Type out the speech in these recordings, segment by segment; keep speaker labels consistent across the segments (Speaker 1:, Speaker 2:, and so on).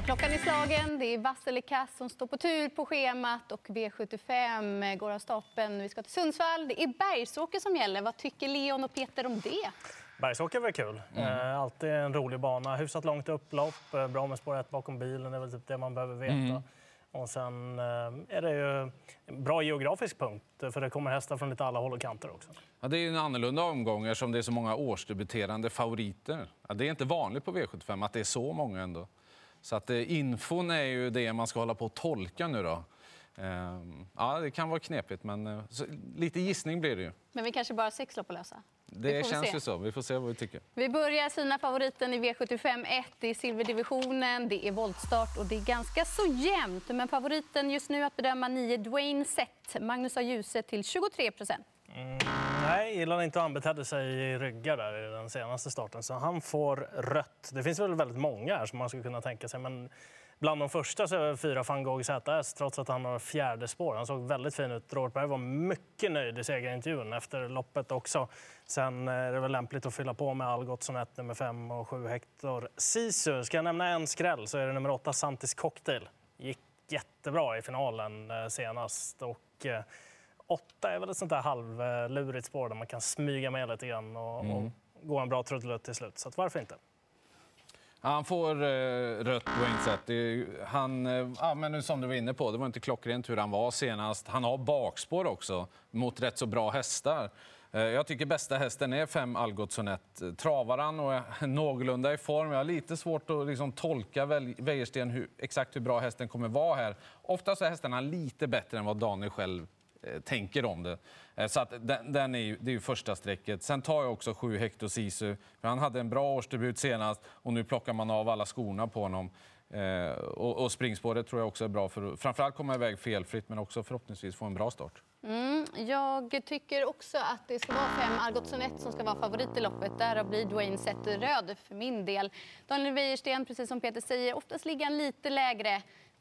Speaker 1: Klockan är slagen, det är vass eller kass som står på tur på schemat och V75 går av stapeln. Vi ska till Sundsvall, det är Bergsåker som gäller. Vad tycker Leon och Peter om det?
Speaker 2: Bergsåker är väl kul. Alltid en rolig bana, hyfsat långt upplopp, bra med spår 1 bakom bilen, det är väl typ det man behöver veta. Och sen är det ju en bra geografisk punkt, för det kommer hästar från lite alla håll och kanter också.
Speaker 3: Ja, det är en annorlunda omgång eftersom det är så många årsdebuterande favoriter. Ja, det är inte vanligt på V75 att det är så många ändå. Så att infon är ju det man ska hålla på att tolka nu då. Ja, det kan vara knepigt, men lite gissning blir det ju.
Speaker 1: Men vi kanske bara har 6 lopp att lösa.
Speaker 3: Det känns ju så. Vi får se vad vi tycker.
Speaker 1: Vi börjar sina favoriten i V75 1. Det är silverdivisionen, det är voltstart och det är ganska så jämnt. Men favoriten just nu att bedöma 9 Dwayne Sett. Magnus A. Djuse till 23%.
Speaker 2: Nej, gillar inte han betedde sig i ryggar där i den senaste starten. Så han får rött. Det finns väl väldigt många här som man skulle kunna tänka sig. Men bland de första så är 4 Van Gogh ZS, trots att han har 4:e spår. Han såg väldigt fin ut. Robert Berg var mycket nöjd i segerintervjun efter loppet också. Sen är det väl lämpligt att fylla på med Algotsson 1, nummer 5 och 7 Hector Sisu. Ska jag nämna en skräll så är det nummer 8 Santis Cocktail. Gick jättebra i finalen senast och 8 är väl ett sånt där halvlurigt spår där man kan smyga med lite grann och gå en bra trudelutt till slut. Så varför inte?
Speaker 3: Han får rött Dwayne Sett. Men nu som du var inne på, det var inte klockrent hur han var senast. Han har bakspår också mot rätt så bra hästar. Jag tycker bästa hästen är 5 Algotsson 1. Travaran och är någorlunda i form. Jag har lite svårt att liksom tolka Wäjersten exakt hur bra hästen kommer vara här. Ofta så är hästarna lite bättre än vad Daniel själv tänker om det. Så att det är ju första strecket. Sen tar jag också 7 Hector Sisu. För han hade en bra årsdebut senast och nu plockar man av alla skorna på honom. Och springspåret tror jag också är bra för framförallt komma iväg felfritt men också förhoppningsvis få en bra start.
Speaker 1: Jag tycker också att det ska vara 5 Algotsson 1 som ska vara favorit i loppet. Där blir Dwayne Sett röd för min del. Daniel Wäjersten, precis som Peter säger, oftast ligger han lite lägre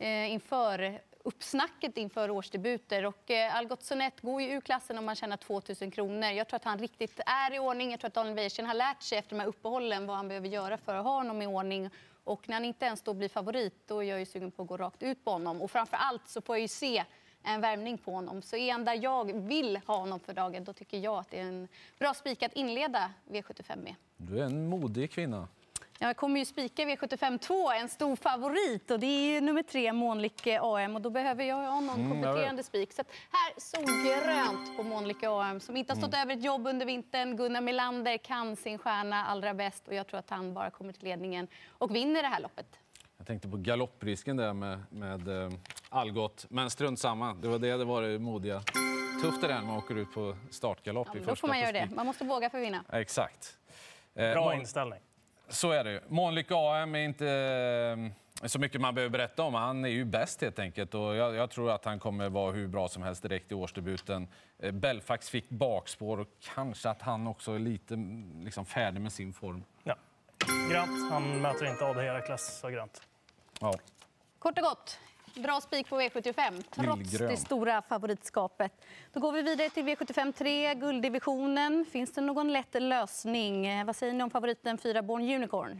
Speaker 1: inför uppsnacket inför årsdebuter. Och Algotsson 1 går ju ur klassen om man tjänar 2000 kronor. Jag tror att han riktigt är i ordning. Jag tror att Daniel Wäjersten har lärt sig efter de här uppehållen vad han behöver göra för att ha honom i ordning. Och när han inte ens då blir favorit, då är jag ju sugen på att gå rakt ut på honom. Och framför allt så får jag ju se en värmning på honom. Så är han där jag vill ha honom för dagen, då tycker jag att det är en bra spik att inleda V75 med.
Speaker 3: Du är en modig kvinna.
Speaker 1: Jag kommer ju spika V75-2, en stor favorit. Och det är ju nummer 3, Månlycke AM. Och då behöver jag ha någon kompletterande spik. Så att här så grönt på Månlycke AM. Som inte har stått över ett jobb under vintern. Gunnar Melander kan sin stjärna allra bäst. Och jag tror att han bara kommer till ledningen och vinner det här loppet.
Speaker 3: Jag tänkte på galopprisken där med Algot. Men strunt samma, det var det modiga. Tufft är det när man åker ut på startgalopp i första.
Speaker 1: Då får man göra det. Man måste våga för att vinna.
Speaker 3: Exakt.
Speaker 2: Bra inställning.
Speaker 3: Så är det ju. Månlycke AM är inte så mycket man behöver berätta om. Han är ju bäst helt enkelt. Och jag tror att han kommer vara hur bra som helst direkt i årsdebuten. Belfax fick bakspår och kanske att han också är lite liksom färdig med sin form.
Speaker 2: Ja. Grant, han möter inte AD Herakles så grant.
Speaker 3: Ja.
Speaker 1: Kort och gott. Bra spik på V75, trots det stora favoritskapet. Då går vi vidare till V75 3, gulddivisionen. Finns det någon lätt lösning? Vad säger ni om favoriten 4 Born Unicorn?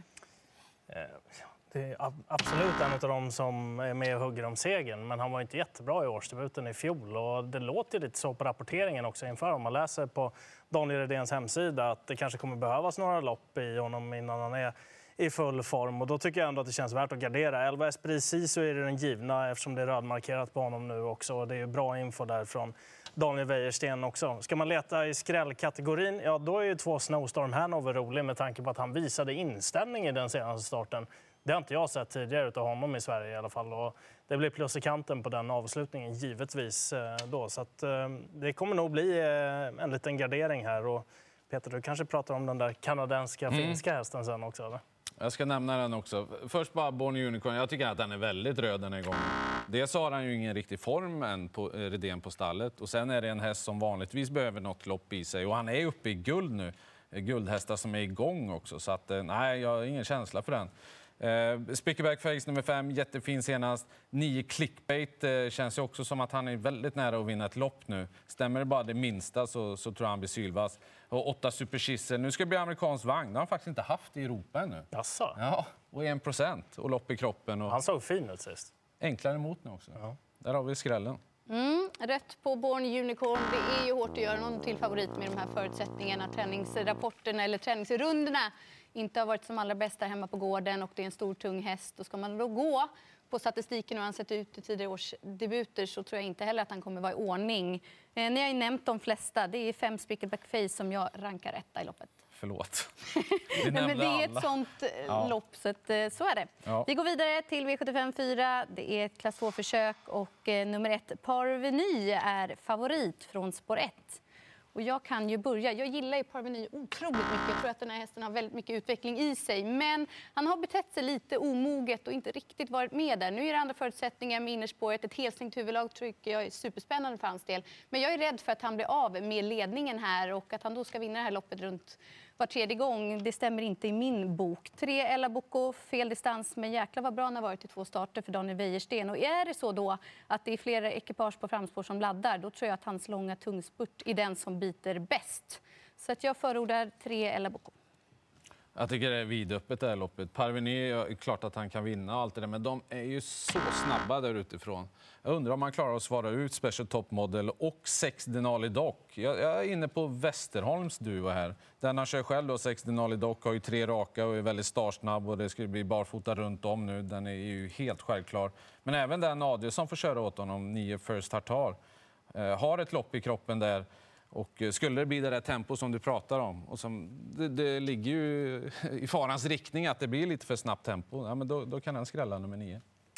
Speaker 2: Det är absolut en av dem som är med och hugger om segern. Men han var inte jättebra i årsdebuten i fjol. Och det låter lite så på rapporteringen också inför. Om man läser på Daniel Redéns hemsida att det kanske kommer behövas några lopp i honom innan han är i full form. Och då tycker jag ändå att det känns värt att gardera. 11 Esprit så är det den givna eftersom det är rödmarkerat på honom nu också. Det är bra info där från Daniel Wäjersten också. Ska man leta i skrällkategorin, ja då är ju 2 Snowstorm Hanover rolig med tanke på att han visade inställning i den senaste starten. Det har inte jag sett tidigare utav honom i Sverige i alla fall. Och det blir plus i kanten på den avslutningen givetvis då. Så att, det kommer nog bli en liten gardering här. Och Peter, du kanske pratar om den där kanadenska finska hästen sen också, eller?
Speaker 3: Jag ska nämna den också. Först bara Born Unicorn. Jag tycker att den är väldigt röd den här gången. Dels har han ju ingen riktig form än på Redén på stallet. Och sen är det en häst som vanligtvis behöver något lopp i sig. Och han är uppe i guld nu. Guldhästar som är igång också. Så att, nej, jag har ingen känsla för den. Spickerback Face nummer 5, jättefin senast. 9 Clickbait, känns ju också som att han är väldigt nära att vinna ett lopp nu. Stämmer det bara det minsta så tror jag han blir sylvass. Och 8 Super Chisel. Nu ska det bli amerikansk vagn. Det har han faktiskt inte haft i Europa ännu.
Speaker 2: Jaså?
Speaker 3: Ja, och 1% och lopp i kroppen. Och
Speaker 2: Han såg fin ut sist.
Speaker 3: enklare emot nu också. Ja. Där har vi skrällen.
Speaker 1: Rätt på Born Unicorn. Det är ju hårt att göra någon till favorit med de här förutsättningarna. Träningsrapporterna eller träningsrundorna inte har varit som allra bäst där hemma på gården och det är en stor tung häst. Och ska man då gå på statistiken och han sett ut i tidigare års debuter så tror jag inte heller att han kommer vara i ordning. Ni har ju nämnt de flesta. Det är 5 Spickerback Face som jag rankar etta i loppet.
Speaker 3: Förlåt.
Speaker 1: Men det är ett sånt lopp, så, så är det.
Speaker 3: Ja.
Speaker 1: Vi går vidare till V75-4. Det är ett klass 2-försök och nummer 1, Parveny, är favorit från spår 1. Och jag kan ju börja. Jag gillar ju Parveny otroligt mycket. Jag tror att den här hästen har väldigt mycket utveckling i sig. Men han har betett sig lite omoget och inte riktigt varit med där. Nu är det andra förutsättningar med innerspåret. Ett helstängt huvudlag tycker jag är superspännande för hans del. Men jag är rädd för att han blir av med ledningen här och att han då ska vinna det här loppet runt var tredje gång. Det stämmer inte i min bok. 3 Ella Bocco, fel distans, men jäkla vad bra han har varit i 2 starter för Daniel Wäjersten. Och är det så då att det är flera ekipage på framspår som laddar, då tror jag att hans långa tungspurt är den som biter bäst. Så att jag förordar 3 Ella Bocco.
Speaker 3: Jag tycker det är vidöppet det här loppet. Parveny är klart att han kan vinna och allt det där, men de är ju så snabba där utifrån. Jag undrar om man klarar att svara ut Special Top Model och 6 Denali Dock. Jag är inne på Westerholms duo här. Den han kör själv då, 6 Denali Dock, har ju 3 raka och är väldigt startsnabb och det skulle bli barfota runt om nu. Den är ju helt självklar. Men även den Adel som får köra åt honom, 9 First Tartar, har ett lopp i kroppen där. Och skulle det bli det där tempo som du pratar om, och som det ligger ju i farans riktning att det blir lite för snabbt tempo, ja, men då kan den skrälla nummer 9.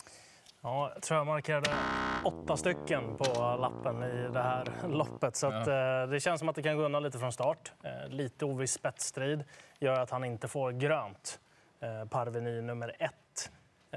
Speaker 2: Ja, jag tror jag markerade 8 stycken på lappen i det här loppet. Så att, det känns som att det kan gå undan lite från start. Lite oviss spetsstrid gör att han inte får grönt. Parveny nummer 1.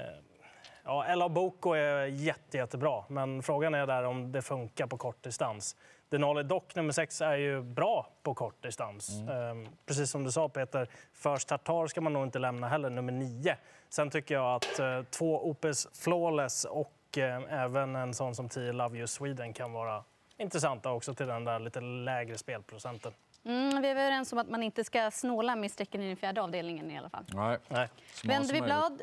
Speaker 2: Ja, Ella Bocco är jättebra, men frågan är där om det funkar på kort distans. Denali Dock nummer 6 är ju bra på kort distans. Precis som du sa, Peter, First Tartar ska man nog inte lämna heller, nummer 9. Sen tycker jag att 2 Opus Flawless och även en sån som 10 Love You Sweden kan vara intressanta också till den där lite lägre spelprocenten.
Speaker 1: Vi är överens om att man inte ska snåla med strecken i den 4:e avdelningen i alla fall.
Speaker 3: Nej.
Speaker 1: Vänder vi blad,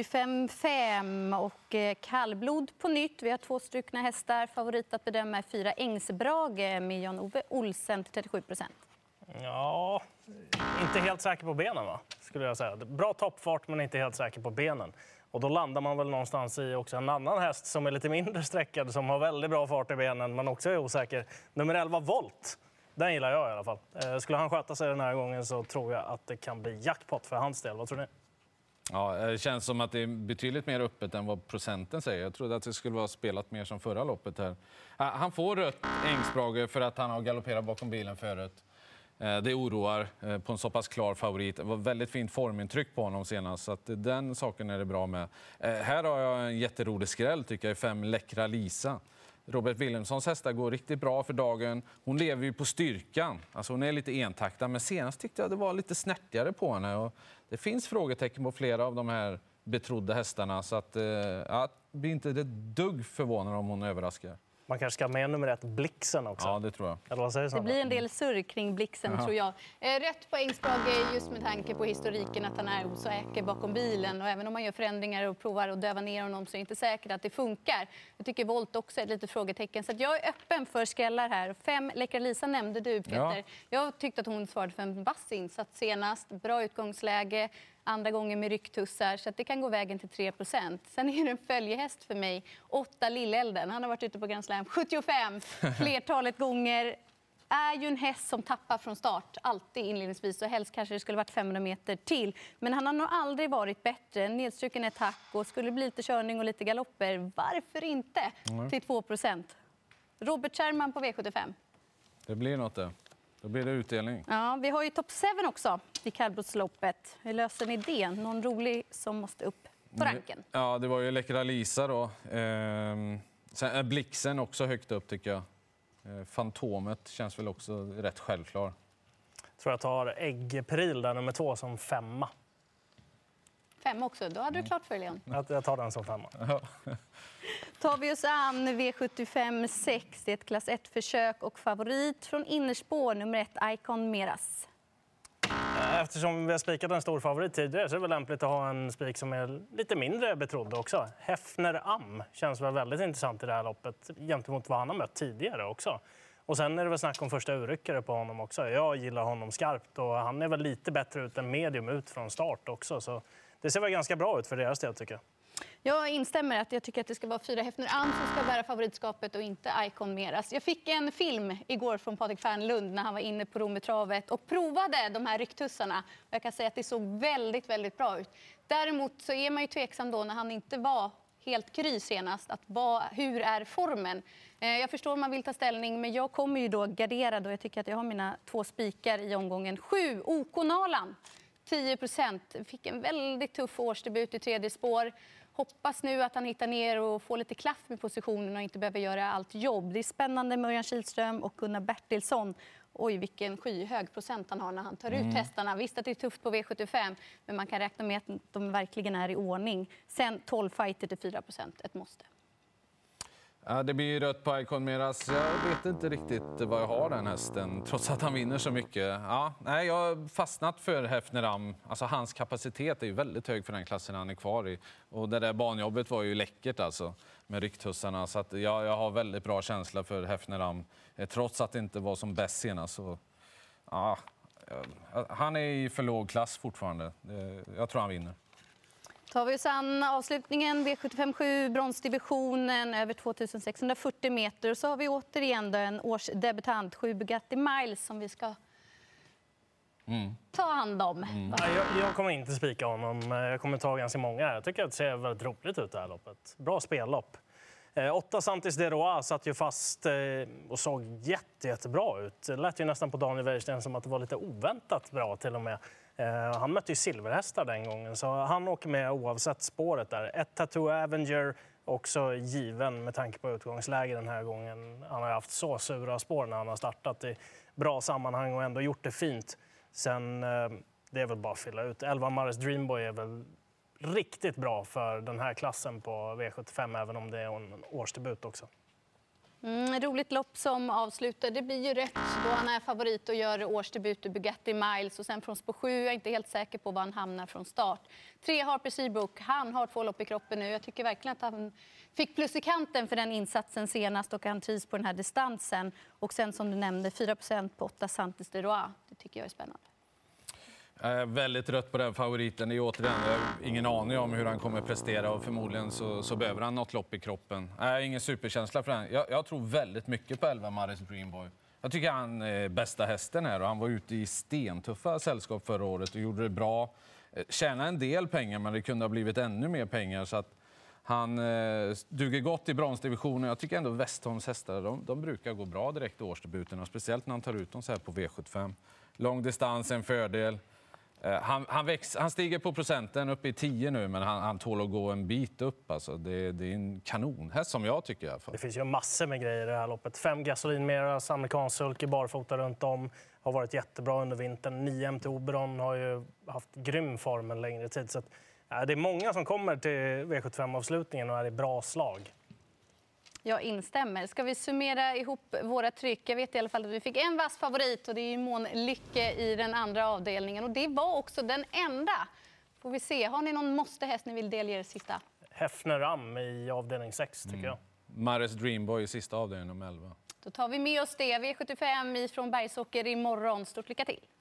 Speaker 1: V75-5 och kallblod på nytt. Vi har 2 strukna hästar. Favorit att bedöma är 4 Ängsbrage med Jan-Ove Olsen till 37%.
Speaker 2: Ja, inte helt säker på benen, va? Skulle jag säga. Bra toppfart, men inte helt säker på benen. Och då landar man väl någonstans i också en annan häst som är lite mindre sträckad, som har väldigt bra fart i benen, men också är osäker. Nummer 11 Volt. Den gillar jag i alla fall. Skulle han sköta sig den här gången så tror jag att det kan bli jackpot för hans del. Vad tror ni?
Speaker 3: Ja, det känns som att det är betydligt mer öppet än vad procenten säger. Jag trodde att det skulle vara spelat mer som förra loppet här. Han får rött Ängsbrage för att han har galopperat bakom bilen förut. Det oroar på en så pass klar favorit. Det var väldigt fint formintryck på honom senast, så att den saken är det bra med. Här har jag en jätterolig skräll tycker jag, 5 Läckra Lisa. Robert Wilhelmssons hästar går riktigt bra för dagen. Hon lever ju på styrkan. Alltså hon är lite entaktad, men senast tyckte jag det var lite snärtigare på henne. Och det finns frågetecken på flera av de här betrodda hästarna, så att jag blir inte det dugg förvånad om hon överraskar.
Speaker 2: Man kanske ska ha med nummer 1 Blixen också.
Speaker 3: Ja, det tror jag.
Speaker 2: Eller vad säger
Speaker 1: Det blir en del surr kring Blixen, tror jag. Rätt på Ängsbrage just med tanke på historiken att han är osäker bakom bilen. Och även om man gör förändringar och provar att döva ner honom så är det inte säkert att det funkar. Jag tycker Volt också är ett litet frågetecken. Så att jag är öppen för skrällar här. 5 Läckra Lisa nämnde du, Peter. Ja. Jag tyckte att hon svarade för en vass insats senast. Bra utgångsläge. Andra gången med rycktussar, så att det kan gå vägen till 3%. Sen är det en följehäst för mig, 8 Lillelden. Han har varit ute på Grand Slam 75 flertalet gånger. Är ju en häst som tappar från start, alltid inledningsvis. Och helst kanske det skulle varit 500 meter till. Men han har nog aldrig varit bättre. Nedstruken attack och skulle bli lite körning och lite galopper. Varför inte till 2%? Robert Scherman på V75.
Speaker 3: Det blir något där. Då blir det utdelning.
Speaker 1: Ja, vi har ju Top 7 också i kallblodsloppet. Hur löser ni det? Någon rolig som måste upp på ranken?
Speaker 3: Ja, det var ju Läckra Lisa då. Sen är Blixen också högt upp tycker jag. Fantomet känns väl också rätt självklar.
Speaker 2: Jag tror jag tar Äggpril där, nummer 2, som 5.
Speaker 1: 5 också. Då hade du klart för Leon.
Speaker 2: Jag tar den som 5.
Speaker 1: Tar vi oss an V75 6, det är ett klass 1-försök och favorit från innerspår nummer 1, Icon Meras.
Speaker 2: Eftersom vi har spikat en stor favorit tidigare så är det väl lämpligt att ha en spik som är lite mindre betrodd också. Hefner Am känns väl väldigt intressant i det här loppet gentemot vad han har mött tidigare också. Och sen är det väl snack om första urryckare på honom också. Jag gillar honom skarpt och han är väl lite bättre ut än medium ut från start också. Så det ser väl ganska bra ut för deras del tycker jag.
Speaker 1: Jag instämmer att jag tycker att det ska vara 4 Hefner Am som ska bära favoritskapet och inte Icon Meras. Jag fick en film igår från Patrik Fernlund när han var inne på Rometravet och provade de här rycktussarna. Jag kan säga att det såg väldigt, väldigt bra ut. Däremot så är man ju tveksam då när han inte var helt kry senast. Hur är formen? Jag förstår om man vill ta ställning, men jag kommer ju då garderad och jag tycker att jag har mina 2 spikar i omgången 7. OK Nalan, 10%. Fick en väldigt tuff årsdebut i 3:e spår. Hoppas nu att han hittar ner och får lite klaff med positionen och inte behöver göra allt jobb. Det är spännande med Örjan Kihlström och Gunnar Bertilsson. Oj, vilken skyhög procent han har när han tar ut hästarna. Visst att det är tufft på V75, men man kan räkna med att de verkligen är i ordning. Sen 12 fighter till 4%, ett måste.
Speaker 3: Ja, det blir rött på Icon Meras. Jag vet inte riktigt vad jag har den hästen, trots att han vinner så mycket. Ja, nej, jag har fastnat för Hefner Am. Alltså, hans kapacitet är ju väldigt hög för den klassen han är kvar i. Och det där banjobbet var ju läckert alltså, med rycktussarna. Så att jag har väldigt bra känsla för Hefner Am. Trots att det inte var som bäst senast. Så, ja, han är i för låg klass fortfarande. Jag tror han vinner.
Speaker 1: Tar vi oss an avslutningen, V75-7, bronsdivisionen, över 2640 meter. Och så har vi återigen då en årsdebutant, 7 Bugatti Miles, som vi ska ta hand om.
Speaker 2: Jag kommer inte spika honom. Jag kommer ta ganska många. Jag tycker att det ser väldigt roligt ut det här loppet. Bra spellopp. 8 Santis de Roa satt ju fast och såg jättebra ut. Det lät ju nästan på Daniel Wäjersten som att det var lite oväntat bra till och med. Han mötte ju silverhästar den gången, så han åker med oavsett spåret där. Ett Tattoo Avenger också given med tanke på utgångsläge den här gången. Han har haft så sura spår när han har startat i bra sammanhang och ändå gjort det fint. Sen det är väl bara att fylla ut. 11 Mares Dreamboy är väl riktigt bra för den här klassen på V75, även om det är en årsdebut också.
Speaker 1: Roligt lopp som avslutar. Det blir ju rätt då han är favorit och gör årsdebut i Bugatti Miles. Och sen från spår 7 är jag inte helt säker på var han hamnar från start. 3 Harper Seabrook, han har 2 lopp i kroppen nu. Jag tycker verkligen att han fick plus i kanten för den insatsen senast och han trivs på den här distansen. Och sen som du nämnde, 4% på 8 Santis de Roa. Det tycker jag är spännande.
Speaker 3: Jag är väldigt trött på den favoriten. Det är återigen, jag har ingen aning om hur han kommer prestera och förmodligen så behöver han något lopp i kroppen. Jag har ingen superkänsla för den. Jag tror väldigt mycket på 11 Mares Dreamboy. Jag tycker han är bästa hästen här och han var ute i stentuffa sällskap förra året och gjorde det bra. Tjänade en del pengar, men det kunde ha blivit ännu mer pengar, så att han duger gott i bronsdivisionen. Jag tycker ändå Westholms hästar, de brukar gå bra direkt i årsdebuten, och speciellt när han tar ut dem så här på V75. Lång distans, en fördel. Han stiger på procenten upp i 10 nu, men han tål att gå en bit upp. Alltså, det är en kanonhäst som jag tycker i alla fall.
Speaker 2: Det finns ju massor med grejer i det här loppet. 5 Gasolin Meras, amerikansk sulke, barfota runt om. Har varit jättebra under vintern. 9 MT Oberon har ju haft grym form en längre tid. Så att, det är många som kommer till V75-avslutningen och är i bra slag.
Speaker 1: Jag instämmer. Ska vi summera ihop våra tryck? Jag vet i alla fall att vi fick en vass favorit och det är Mån Lycke i den andra avdelningen. Och det var också den enda. Får vi se. Har ni någon måste-häst ni vill delge er sista?
Speaker 2: Hefner Am i avdelning 6 tycker jag.
Speaker 3: Mares Dreamboy i sista avdelningen om 11.
Speaker 1: Då tar vi med oss det. V75 från Bergsåker imorgon. Stort lycka till!